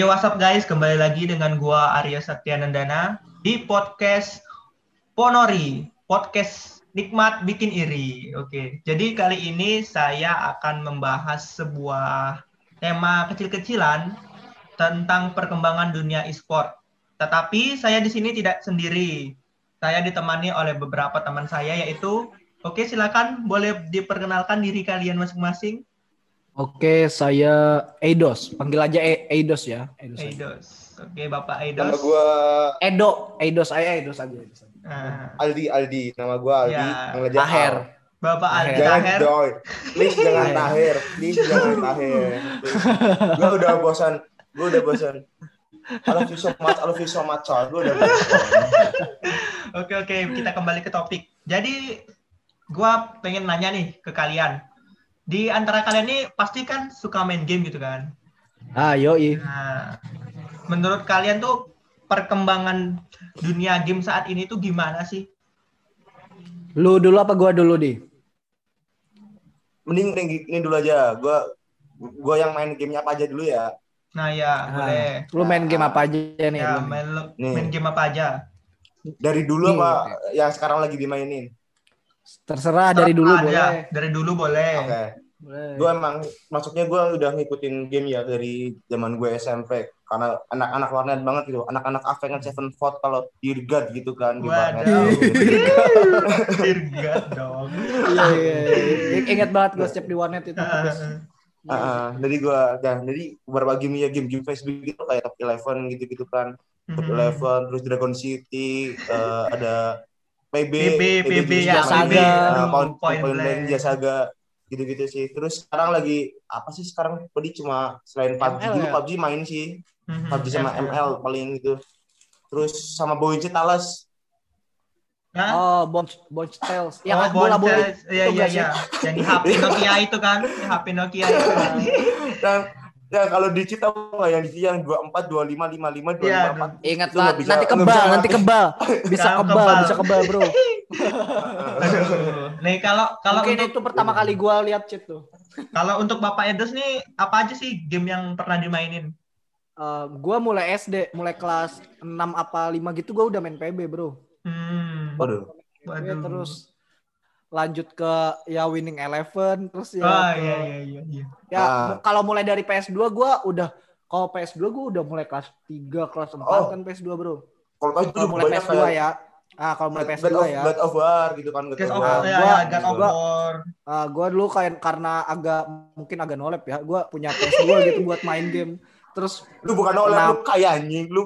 Yo, what's up guys? Kembali lagi dengan gua Arya Satyanandana di podcast Ponori, podcast nikmat bikin iri. Oke, jadi kali ini saya akan membahas sebuah tema kecil-kecilan tentang perkembangan dunia e-sport. Tetapi saya di sini tidak sendiri. Saya ditemani oleh beberapa teman saya yaitu, oke silakan boleh diperkenalkan diri kalian masing-masing. Oke, saya Eidos. Panggil aja Eidos ya. Eidos. Oke, Bapak Eidos. Nama gue Eidos aja. Aldi. Nama gue Aldi. Ya. Taher. Bapak Aldi Jangan Taher. doi. Please jangan Taher. Gue udah bosan. I love you so much, coy. Gue udah bosan. Oke, kita kembali ke topik. Jadi, gue pengen nanya nih ke kalian. Di antara kalian nih pasti kan suka main game gitu kan? Yoi. Nah, menurut kalian tuh perkembangan dunia game saat ini tuh gimana sih? Lu dulu apa gua dulu, Di? Mending ini dulu aja. Gue yang main gamenya apa aja dulu ya. Nah ya, boleh. Lu main game apa aja nih? Ya, main game apa aja? Dari dulu apa yang sekarang lagi dimainin? Terserah, dari dulu boleh. Dari dulu boleh. Oke. Gue emang masuknya gue udah ngikutin game ya dari zaman gue SMP karena anak-anak warnet banget gitu, anak-anak Avenged Sevenfold kalau Dirgat gitu kan di warnet. Dirgat dong. Iya. Ingat banget gue setiap di warnet itu. Jadi beberapa game Facebook gitu kayak Top 11 gitu kan. Top 11 terus Dragon City, ada PB Jasaga, Point Jasaga gitu-gitu sih. Terus sekarang lagi apa sih sekarang? Tadi cuma selain PUBG dulu PUBG main sih. PUBG sama ML paling gitu. Terus sama Bounce Tales. Bounce Tales. Yang bola-bola. Iya. Yang di HP Nokia itu kan. HP Nokia itu kan. Ya kalau di cheat apa yang 24 25 55 24. Ingat banget nanti kebal. Bisa kebal, Bro. Nih kalau mungkin untuk, itu pertama kali gua lihat cheat tuh. Kalau untuk Bapak Eidos nih apa aja sih game yang pernah dimainin? Gua mulai SD, mulai kelas 6 apa 5 gitu gua udah main PB, Bro. Waduh. Terus lanjut ke ya Winning Eleven terus ya. Iya. Ya kalau mulai dari PS2 kalau PS2 gue udah mulai kelas 3, kelas 4 kan PS2, Bro. Kalau mulai PS2 ya. Kalau mulai PS2 ya. God of War gitu kan. God of War. Gue dulu karena mungkin agak nolep ya. Gue punya PS2 gitu buat main game. Terus lu bukan nolep, lu kayak anjing lu.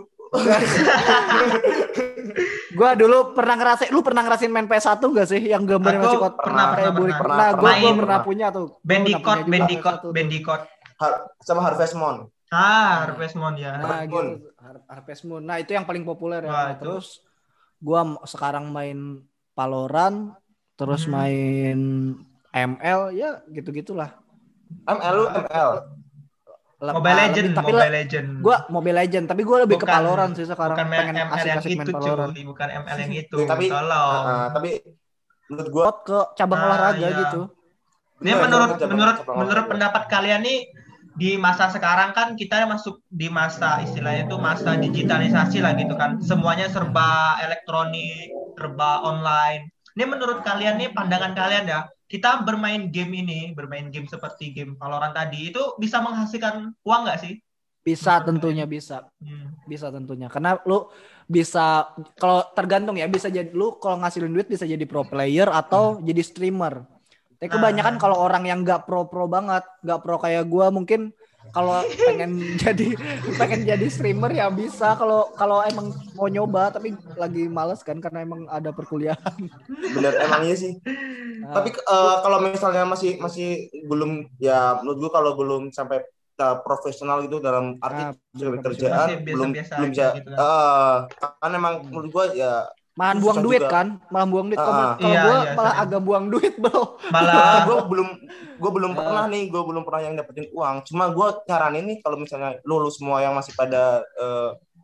Gue dulu pernah ngerasain main PS1 gak sih yang gambarnya masih kotak? Pernah. Gue pernah punya tuh. Bandicoot. Sama Harvest Moon. Harvest Moon ya. Harvest Moon. Nah, itu yang paling populer ya. Terus gue sekarang main Valorant, terus main ML ya gitu-gitulah. ML. Mobile Legend. Gue Mobile Legend, tapi gue lebih ke Valorant sih sekarang. Bukan ML yang itu, bukan ML yang itu. Tapi menurut gue ke cabang olahraga gitu. Ini menurut pendapat kalian nih di masa sekarang kan kita masuk di masa istilahnya itu masa digitalisasi lah gitu kan. Semuanya serba elektronik, serba online. Ini menurut kalian nih pandangan kalian ya. Kita bermain game seperti game Valorant tadi itu bisa menghasilkan uang nggak sih? Bisa tentunya bisa. Bisa tentunya. Karena lu bisa kalau tergantung ya bisa jadi lu kalau ngasilin duit bisa jadi pro player atau jadi streamer. Tapi kebanyakan kalau orang yang nggak pro banget, nggak pro kayak gue mungkin kalau pengen jadi streamer ya bisa kalau emang mau nyoba tapi lagi males kan karena emang ada perkuliahan. Bener emangnya sih. Tapi kalau misalnya masih belum ya menurut gue kalau belum sampai profesional gitu dalam arti kerjaan belum bisa gitu kan emang menurut gue ya malah buang duit juga. Malah buang duit. Kalau gue malah agak buang duit, Bro. Malah gue belum pernah yang dapetin uang. Cuma gue carain nih kalau misalnya lu semua yang masih pada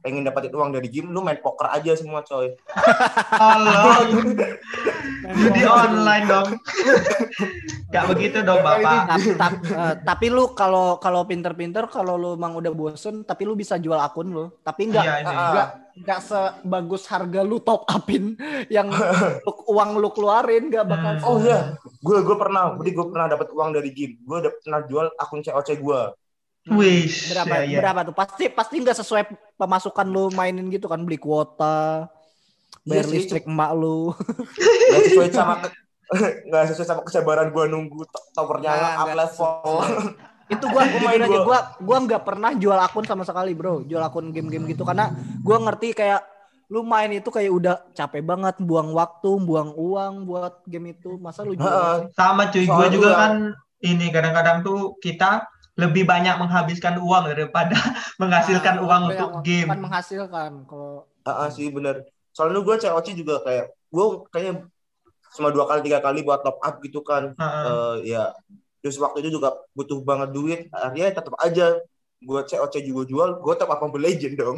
pengen dapetin uang dari game, lu main poker aja semua coy. Allah. Judi online dong. Gak begitu dong Bapak. Tapi lu kalau pinter-pinter, kalau lu emang udah bosen, tapi lu bisa jual akun lu. Tapi enggak sebagus harga lu top upin yang uang lu keluarin, enggak bakal. Oh iya, gue pernah dapat uang dari game. Gue udah pernah jual akun COC gue. Wish. Berapa tuh? Pasti nggak sesuai pemasukan lu mainin gitu kan, beli kuota, bayar listrik emak lu. Nggak sesuai sama kesabaran gue nunggu towernya up level. Itu gue nggak pernah jual akun sama sekali bro, jual akun game-game gitu, karena gue ngerti kayak lu main itu kayak udah capek banget, buang waktu, buang uang buat game itu, masa lu jual? Sama cuy, gue juga kan ini kadang-kadang tuh kita lebih banyak menghabiskan uang daripada menghasilkan uang untuk game. Kan menghasilkan kalau. Sih bener. Soalnya gue COC juga kayak gue kayaknya cuma 2-3 kali buat top up gitu kan. Ya terus waktu itu juga butuh banget duit. Akhirnya tetap aja gue COC juga jual, gue top up Mobile Legend dong.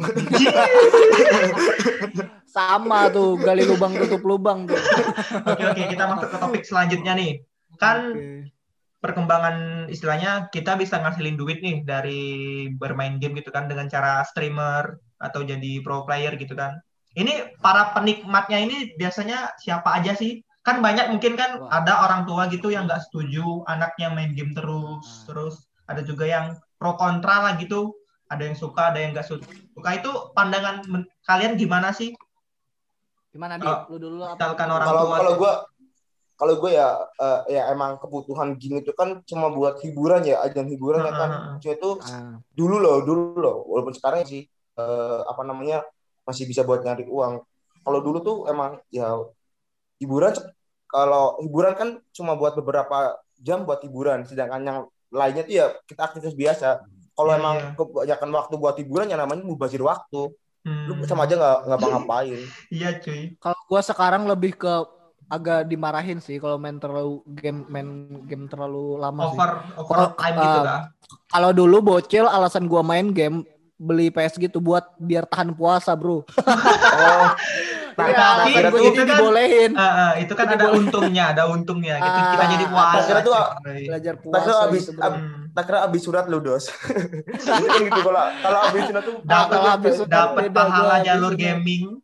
Sama tuh, gali lubang tutup lubang tuh. Oke, kita masuk ke topik selanjutnya nih. Kan perkembangan istilahnya kita bisa ngasilin duit nih dari bermain game gitu kan, dengan cara streamer atau jadi pro player gitu kan. Ini para penikmatnya ini biasanya siapa aja sih? Kan banyak mungkin kan ada orang tua gitu yang nggak setuju anaknya main game terus ada juga yang pro kontra lah gitu, ada yang suka ada yang nggak suka. Itu pandangan kalian gimana sih? Gimana lu dulu apa? Orang tua. Kalau gue ya emang kebutuhan game itu kan cuma buat hiburan ya, ajang hiburan ya kan. Itu dulu loh, walaupun sekarang sih masih bisa buat nyari uang. Kalau dulu tuh emang ya hiburan, kalau hiburan kan cuma buat beberapa jam buat hiburan, sedangkan yang lainnya tuh ya kita aktivitas biasa. Kalau emang kebanyakan waktu buat hiburan ya namanya mubazir waktu. Lu sama aja nggak ngapain. Iya cuy. Kalau gue sekarang lebih ke agak dimarahin sih kalau main game terlalu lama over time gitu lah. Kalau dulu bocil alasan gua main game beli PS gitu buat biar tahan puasa, bro. Tapi itu kan dibolehin. Itu kan ada untungnya gitu. Kita jadi puasa. Belajar puasa. Tak kira abis surat lu dos. Gitu kalau abis surat tuh dapat pahala jalur gaming.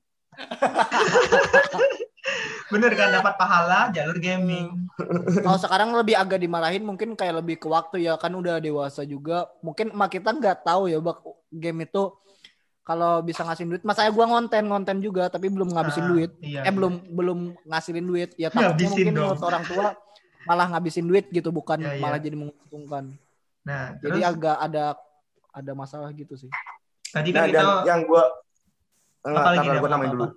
Bener kan, dapat pahala jalur gaming. Kalau sekarang lebih agak dimarahin mungkin kayak lebih ke waktu ya, kan udah dewasa juga. Mungkin emak kita nggak tahu ya game itu kalau bisa ngasihin duit. Masanya gua ngonten juga tapi belum ngabisin duit. Belum ngasilin duit. Ya takutnya mungkin menurut orang tua malah ngabisin duit gitu, bukan malah jadi menguntungkan. Nah, jadi agak ada masalah gitu sih. Tadi kan yang gua namain dulu.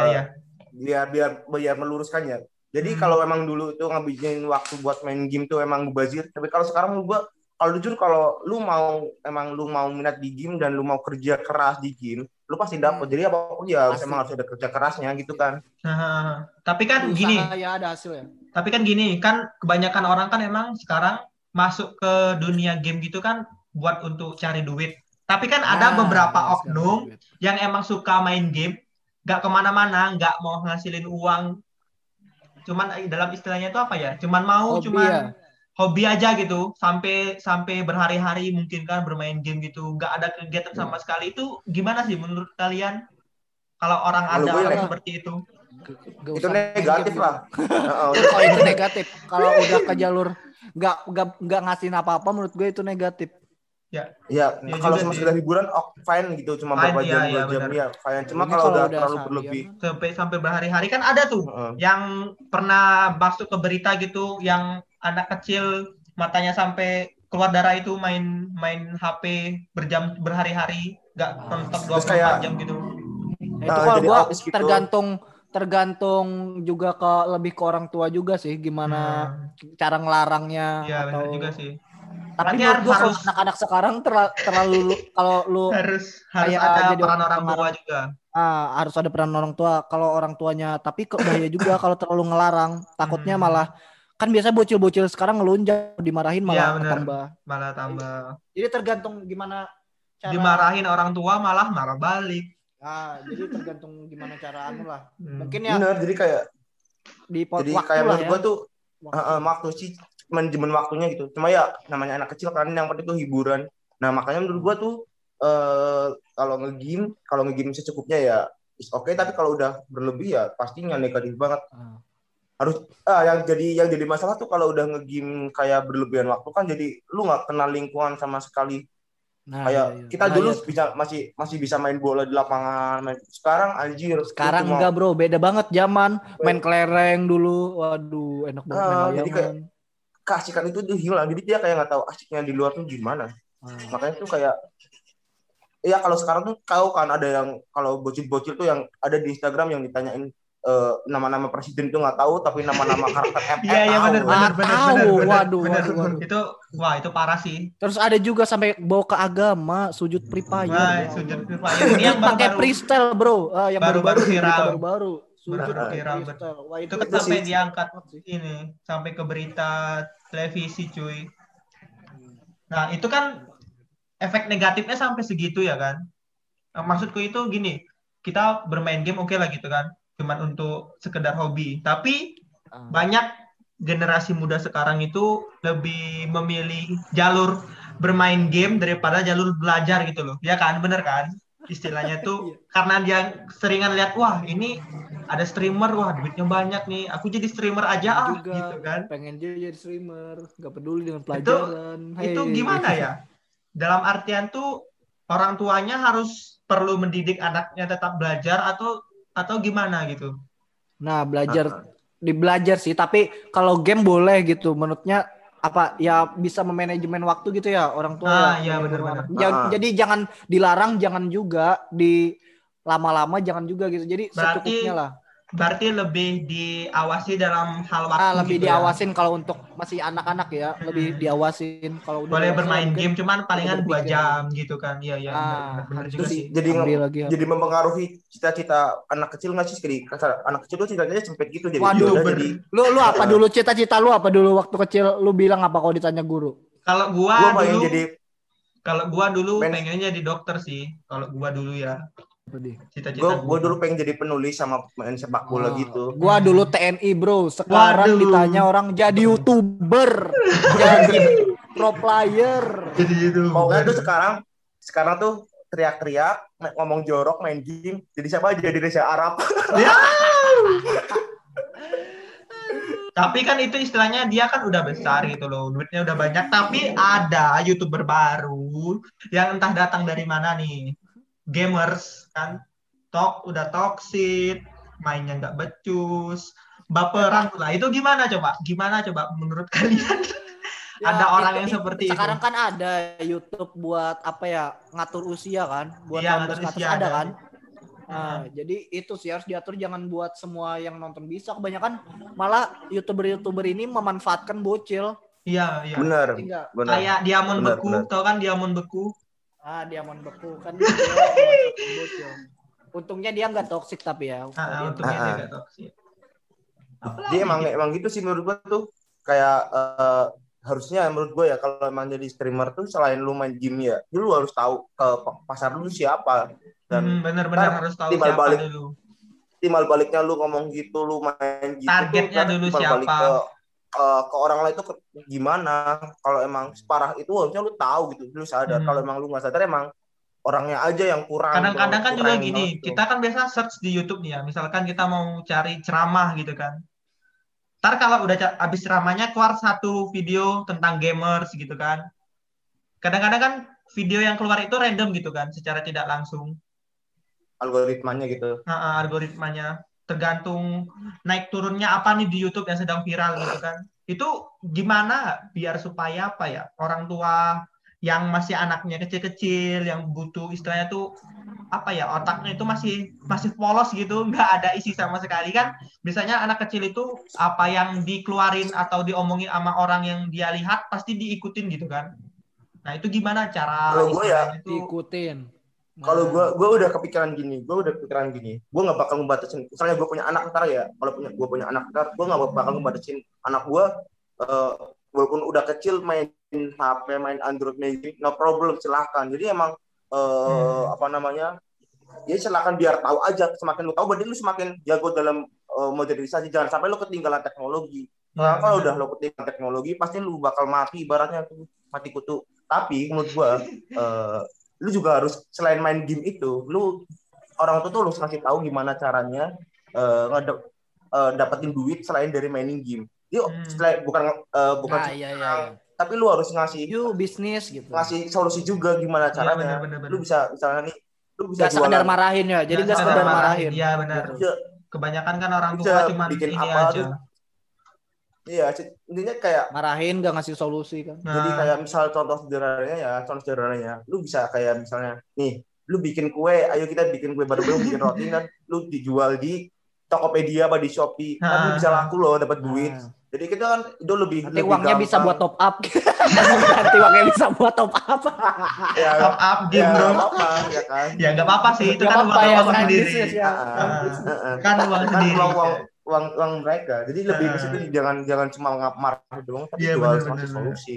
Biar meluruskannya. Jadi kalau emang dulu itu ngabisin waktu buat main game tuh emang mubazir, tapi kalau sekarang kalau lu mau minat di game dan lu mau kerja keras di game, lu pasti dapet. Jadi apapun ya emang harus ada kerja kerasnya gitu kan. Tapi kan gini. Ya ada hasil ya. Tapi kan gini, kan kebanyakan orang kan emang sekarang masuk ke dunia game gitu kan buat untuk cari duit. Tapi kan ada beberapa oknum yang emang suka main game, nggak kemana-mana, nggak mau ngasilin uang, cuman dalam istilahnya itu apa ya, cuman hobi aja gitu, sampai berhari-hari mungkin kan bermain game gitu, nggak ada kegiatan sama sekali. Itu gimana sih menurut kalian kalau orang seperti itu? Itu negatif lah. Itu negatif. Kalau udah ke jalur nggak ngasihin apa-apa, menurut gue itu negatif. Ya kalau cuma sekedar hiburan fine gitu, cuma beberapa jam ya fine. Cuma kalau udah terlalu berlebih sampai berhari-hari kan ada tuh yang pernah masuk ke berita gitu, yang anak kecil matanya sampai keluar darah itu main HP berhari-hari, nggak mentok 24 jam gitu. Itu kalau gua tergantung juga lebih ke orang tua juga sih, gimana cara ngelarangnya. Benar juga sih. Tapi harus anak-anak sekarang terlalu kalau lu harus ada peran orang tua juga. Harus ada peran orang tua. Kalau orang tuanya, tapi kok bahaya juga kalau terlalu ngelarang. Takutnya malah kan biasa bocil-bocil sekarang ngelunjak, dimarahin malah tambah. Malah tambah. Jadi tergantung gimana dimarahin orang tua malah marah balik. Nah, jadi tergantung gimana cara anu lah. Mungkin ya. Bener, jadi kayak menurut gue tuh waktu sih manajemen waktunya gitu. Cuma ya namanya anak kecil kan yang penting tuh hiburan. Nah, makanya menurut gue tuh kalau nge-game secukupnya ya is oke, tapi kalau udah berlebih ya pastinya negatif banget. Harus yang jadi masalah tuh kalau udah nge-game kayak berlebihan waktu kan jadi lu nggak kenal lingkungan sama sekali. Nah, kayak kita dulu masih bisa main bola di lapangan. Sekarang anjir. Sekarang enggak bro, beda banget zaman. Main kelereng dulu, waduh enak banget main layangan. Jadi kayak keasikan itu tuh hilang. Jadi dia kayak nggak tahu asiknya di luar tuh gimana. Makanya tuh kayak ya kalau sekarang tuh kau kan ada yang kalau bocil-bocil tuh yang ada di Instagram yang ditanyain nama-nama presiden tuh nggak tahu, tapi nama-nama karakter FF tahu. Bener. Waduh. Itu parah sih. Terus ada juga sampai bawa ke agama, sujud Free Fire. Sujud Free Fire. Ini yang pakai freestyle bro, yang baru-baru viral. Sujud viral. Itu kan sampai diangkat ini, sampai ke berita televisi cuy. Nah itu kan efek negatifnya sampai segitu ya kan. Maksudku itu gini, kita bermain game oke lah gitu kan. Cuman untuk sekedar hobi, tapi banyak generasi muda sekarang itu lebih memilih jalur bermain game daripada jalur belajar gitu loh, ya kan, bener kan istilahnya tuh karena dia seringan lihat wah ini ada streamer, wah duitnya banyak nih, aku jadi streamer aja juga, gitu kan, pengen jadi streamer, nggak peduli dengan pelajaran. Itu gimana ya? Dalam artian tuh orang tuanya harus perlu mendidik anaknya tetap belajar atau gimana gitu. Nah, belajar sih, tapi kalau game boleh gitu. Menurutnya apa ya bisa memanajemen waktu gitu ya orang tua. Iya benar. Jadi jangan dilarang, jangan juga di lama-lama, jangan juga gitu. Jadi secukupnya lah. Berarti lebih diawasi dalam hal waktu lebih gitu diawasin ya? Kalau untuk masih anak-anak ya, lebih diawasin. Kalau boleh bermain game cuman palingan 2 jam gitu kan. Iya benar juga sih. Jadi mempengaruhi cita-cita anak kecil nggak sih? Anak kecil tuh cita-citanya sempit gitu jadi. Waduh, lu apa dulu cita-cita lu apa dulu waktu kecil, lu bilang apa kalau ditanya guru? Kalau gua dulu pengennya jadi dokter sih. Kalau gua dulu ya. Gue dulu pengen jadi penulis sama main sepak bola gitu. Gue dulu TNI bro. Sekarang ditanya orang jadi YouTuber, jadi pro player. Pokoknya tuh sekarang tuh teriak-teriak, ngomong jorok, main game. Jadi siapa aja? Jadi Reza Arab. Tapi kan itu istilahnya dia kan udah besar gitu loh, duitnya udah banyak. Tapi ada YouTuber baru yang entah datang dari mana nih. Gamers kan udah toxic, mainnya nggak becus, baperan lah. Itu gimana coba menurut kalian? Ya, ada orang yang seperti sekarang itu. Kan ada YouTube buat apa ya, ngatur usia kan, buat ngatur usia ada kan. Nah, jadi itu sih harus diatur, jangan buat semua yang nonton bisa. Kebanyakan malah YouTuber ini memanfaatkan bocil. Iya. Benar. Kayak Diamond Beku, tau kan Diamond Beku? Diamond Beku kan. Untungnya dia nggak toksik tapi ya. Untungnya dia nggak toksik. Dia emang gitu sih menurut gua tuh kayak harusnya menurut gua ya kalau emang jadi streamer tuh selain lu main game ya, lu harus tahu ke pasar lu siapa dan benar harus tahu siapa dulu. Timbal baliknya lu ngomong gitu, lu main gitu. Targetnya dulu siapa? Ke orang lain itu gimana, kalau emang separah itu harusnya lu tahu gitu, lu sadar. Kalau emang lu nggak sadar emang orangnya aja yang kurang. Kadang-kadang kan juga gini, kita kan biasa search di YouTube nih ya, misalkan kita mau cari ceramah gitu kan, ntar kalau udah habis ceramahnya keluar satu video tentang gamers gitu kan, kadang-kadang kan video yang keluar itu random gitu kan, secara tidak langsung algoritmanya gitu. Algoritmanya tergantung naik turunnya apa nih di YouTube yang sedang viral gitu kan. Itu gimana biar supaya apa ya, orang tua yang masih anaknya kecil-kecil yang butuh istilahnya tuh apa ya, otaknya itu masih polos gitu, nggak ada isi sama sekali kan. Biasanya anak kecil itu apa yang dikeluarin atau diomongin sama orang yang dia lihat pasti diikutin gitu kan. Nah itu gimana cara kalau gue ya diikutin. Kalau gue udah kepikiran gini, gue nggak bakal ngebatasin. Misalnya gue punya anak ntar ya, kalau gue punya anak ntar, gue nggak bakal ngebatasin anak gue, walaupun udah kecil main HP, main Android, main no problem, silahkan. Jadi emang apa namanya, ya silakan biar tahu aja, semakin lu tahu berarti lu semakin jago dalam modernisasi. Jangan sampai lu ketinggalan teknologi. Karena kalau udah lu ketinggalan teknologi pasti lu bakal mati, ibaratnya tuh mati kutu. Tapi menurut gua lu juga harus selain main game itu, lu orang tua tuh harus ngasih tahu gimana caranya dapetin duit selain dari mainin game. Yuk, bukan iya. Tapi lu harus ngasih bisnis gitu. Ngasih solusi juga gimana caranya. Bener. Lu bisa misalnya nih, lu bisa jualan. Sekedar marahin ya. Jadi enggak sekedar marahin. Iya benar. Kebanyakan kan orang tua cuma bikin ini apa aja. Iya, intinya kayak marahin nggak ngasih solusi kan. Jadi kayak misal contoh sederhananya, lu bisa kayak misalnya nih, lu bikin kue, ayo kita bikin kue baru-baru, bikin roti kan, lu dijual di Tokopedia apa di Shopee, kan lu bisa laku loh, dapat duit. Jadi kita kan itu lebih uangnya gampang. Bisa buat top up. Nanti uangnya bisa buat top up. Ya, top up game bro. Apa ya kan? Ya nggak apa-apa sih, itu kan uang sendiri. Kan uang sendiri. Uang mereka. Jadi lebih ke situ, jangan cuma marah doang, tapi juga harus ngasih solusi.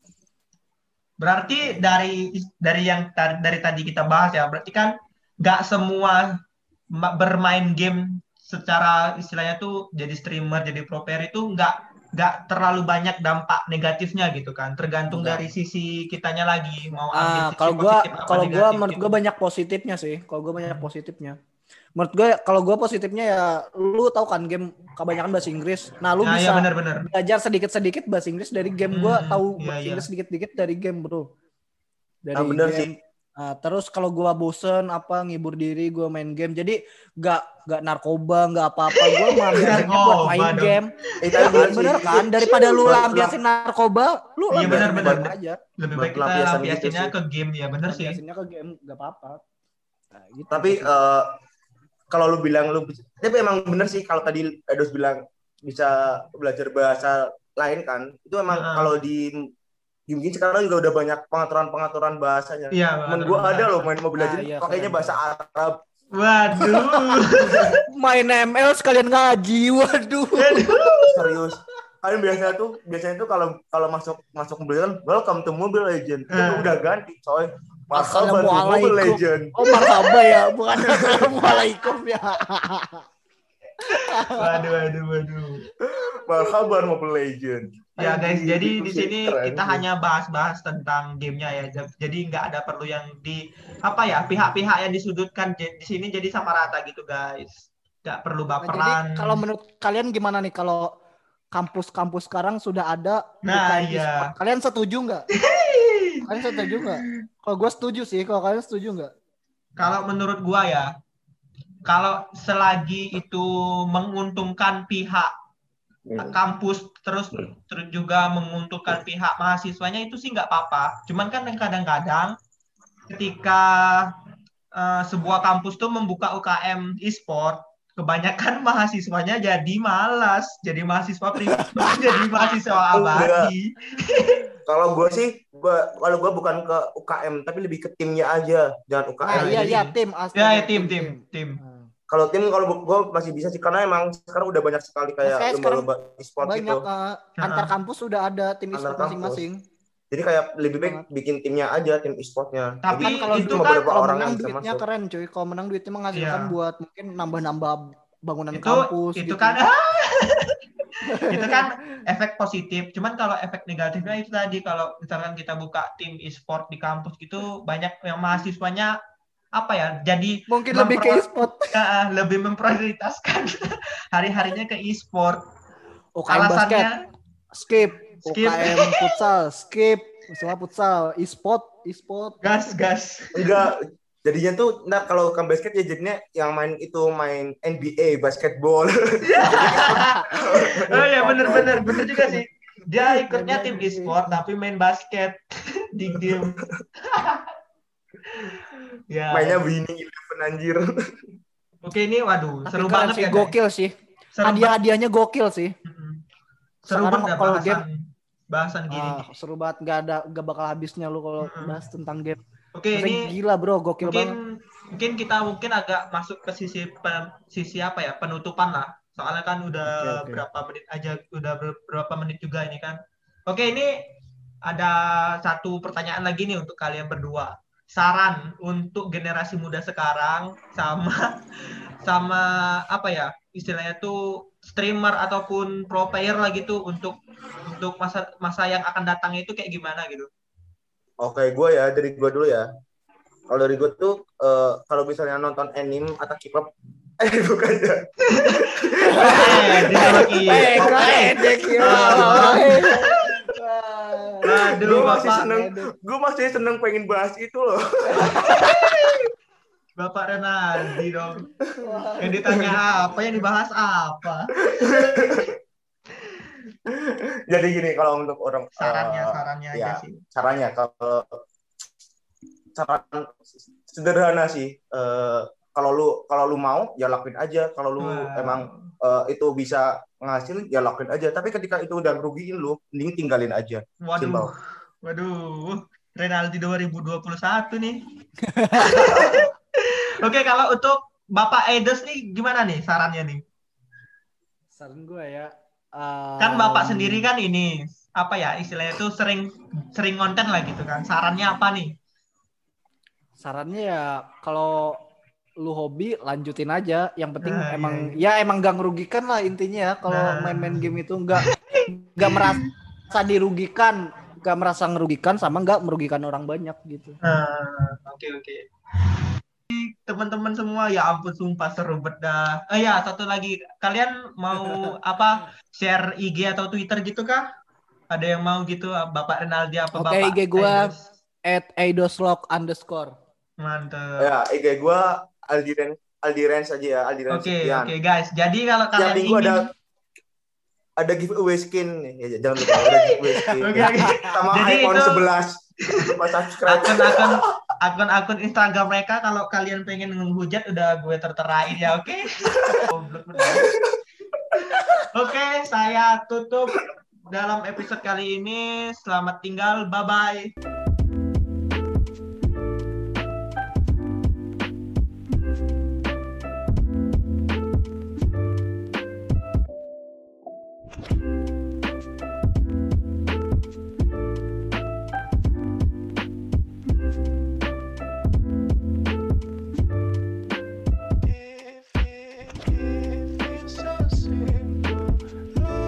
Berarti dari yang dari tadi kita bahas ya, berarti kan nggak semua bermain game secara istilahnya tuh jadi streamer, jadi pro player itu nggak terlalu banyak dampak negatifnya gitu kan, tergantung dari sisi kitanya lagi mau ambil sisi kalau gue menurut gue banyak positifnya sih. Kalau gue banyak positifnya. Menurut gue kalau gue positifnya ya, lu tahu kan game kebanyakan bahasa Inggris. Nah lu bisa belajar sedikit-sedikit bahasa Inggris dari game. Gue tahu bahasa Inggris sedikit-sedikit dari game bro. Dari bener game. Sih. Terus kalau gue bosen ngibur diri, gue main game. Jadi gak narkoba, gak apa-apa. Gue biasanya buat main game. Bener kan? Daripada lu lampiasin narkoba, lu bener aja. Lebih baik kita lampiasinnya ke game ya, bener sih. Lampiasinnya ke game, gak apa-apa. Nah, gitu. Tapi kalau lu bilang tapi emang bener sih kalau tadi Edos bilang bisa belajar bahasa lain kan. Itu emang kalau di game sekarang juga udah banyak pengaturan bahasanya. Iya, temen gue ada loh main Mobile Legends pakainya bahasa Arab. Waduh. Main ML sekalian ngaji. Waduh. Serius. Kalian biasanya tuh kalau masuk Mobile Legends, welcome to Mobile Legends. Itu udah ganti, coy. Mobile Legends. Oh, marhaba ya, bukan assalamualaikum ya. Waduh. Marhaban Mobile Legends. Ya guys, jadi di sini kita hanya bahas-bahas tentang gamenya ya. Jadi nggak ada perlu yang pihak-pihak yang disudutkan di sini jadi sama rata gitu guys. Nggak perlu baperan. Jadi kalau menurut kalian gimana nih kalau kampus-kampus sekarang sudah ada iya. Kalian setuju nggak? Kalian setuju nggak? Kalau gue setuju sih. Kalau kalian setuju nggak? Kalau menurut gue ya, kalau selagi itu menguntungkan pihak kampus terus juga menguntungkan pihak mahasiswanya, itu sih nggak apa-apa. Cuman kan kadang-kadang ketika sebuah kampus tuh membuka UKM e-sport, kebanyakan mahasiswanya jadi malas, jadi mahasiswa pribadi, jadi mahasiswa abadi. Kalau gue sih, kalau gue bukan ke UKM, tapi lebih ke timnya aja, jangan UKM. Tim. Kalau tim, kalau gue masih bisa sih, karena emang sekarang udah banyak sekali kayak lomba-lomba e-sport gitu. Antar kampus sudah ada tim e-sport masing-masing. Jadi kayak lebih baik bikin timnya aja, tim e-sportnya. Tapi kalau itu kan kalau menang duitnya keren cuy. Kalau menang duitnya menghasilkan buat mungkin nambah-nambah bangunan kampus. Itu kan itu kan efek positif. Cuman kalau efek negatifnya itu tadi, kalau misalkan kita buka tim e-sport di kampus gitu, banyak yang mahasiswanya jadi mungkin lebih ke e-sport, lebih memprioritaskan hari-harinya ke e-sport. UKM basket skip. UKM futsal skip, semua futsal, e-sport gas enggak. Jadinya tuh kalau UKM basket ya jadinya yang main NBA basketball. Oh ya, bener juga sih. Dia ikutnya tim e-sport tapi main basket di game. Ya. Mainnya winning 11 anjir. Oke, ini waduh, seru banget sih, ya. Gokil sih. Hadiah-hadiahnya gokil sih. Seru banget kalau bahasan gini. Seru banget, enggak bakal habisnya lu kalau bahas tentang game. Oke, ini gila bro, gokil banget. Mungkin kita agak masuk ke sisi penutupan lah. Soalnya kan udah berapa menit aja, udah berapa menit juga ini kan. Oke, ini ada satu pertanyaan lagi nih untuk kalian berdua. saran untuk generasi muda sekarang sama apa ya istilahnya tuh streamer ataupun pro player lah gitu untuk masa yang akan datang itu kayak gimana gitu. Oke, dari gue dulu ya. Kalau dari gue tuh kalau misalnya nonton anime atau K-pop bukan ya. Gue masih seneng pengen bahas itu loh. Bapak Renaldi dong. Yang ditanya apa, yang dibahas apa? Jadi gini, kalau untuk orang sarannya ya, aja sih. Saran sederhana sih. Kalau lu mau ya lakuin aja. Kalau lu emang itu bisa ngasilin ya lakuin aja. Tapi ketika itu udah ngerugiin lu, mending tinggalin aja. Waduh. Renaldi 2021 nih. Oke, kalau untuk Bapak Edes nih gimana nih sarannya nih? Saran gue ya. Kan Bapak sendiri kan ini apa ya istilahnya itu sering konten lah gitu kan. Sarannya apa nih? Sarannya ya kalau lu hobi lanjutin aja. Yang penting emang gak ngerugikan lah intinya ya. Kalau main-main game itu gak merasa dirugikan, gak merasa ngerugikan sama gak merugikan orang banyak gitu. Oke. Teman-teman semua ya ampun sumpah seru bedah. Ya satu lagi kalian mau apa share IG atau Twitter gitu kah? Ada yang mau gitu Bapak Renaldi apa Bapak? Oke, IG gue @eidoslog_. Mantap. Ya IG gue Aldiren saja ya. Oke guys. Jadi kalau kalian ingin ada giveaway skin nih. Ya, jangan lupa ada giveaway skin. Sama jadi iPhone 11. Lupa subscribe. Akun Instagram mereka kalau kalian pengen menghujat udah gue terterain ya, oke? Oke, saya tutup dalam episode kali ini. Selamat tinggal, bye-bye.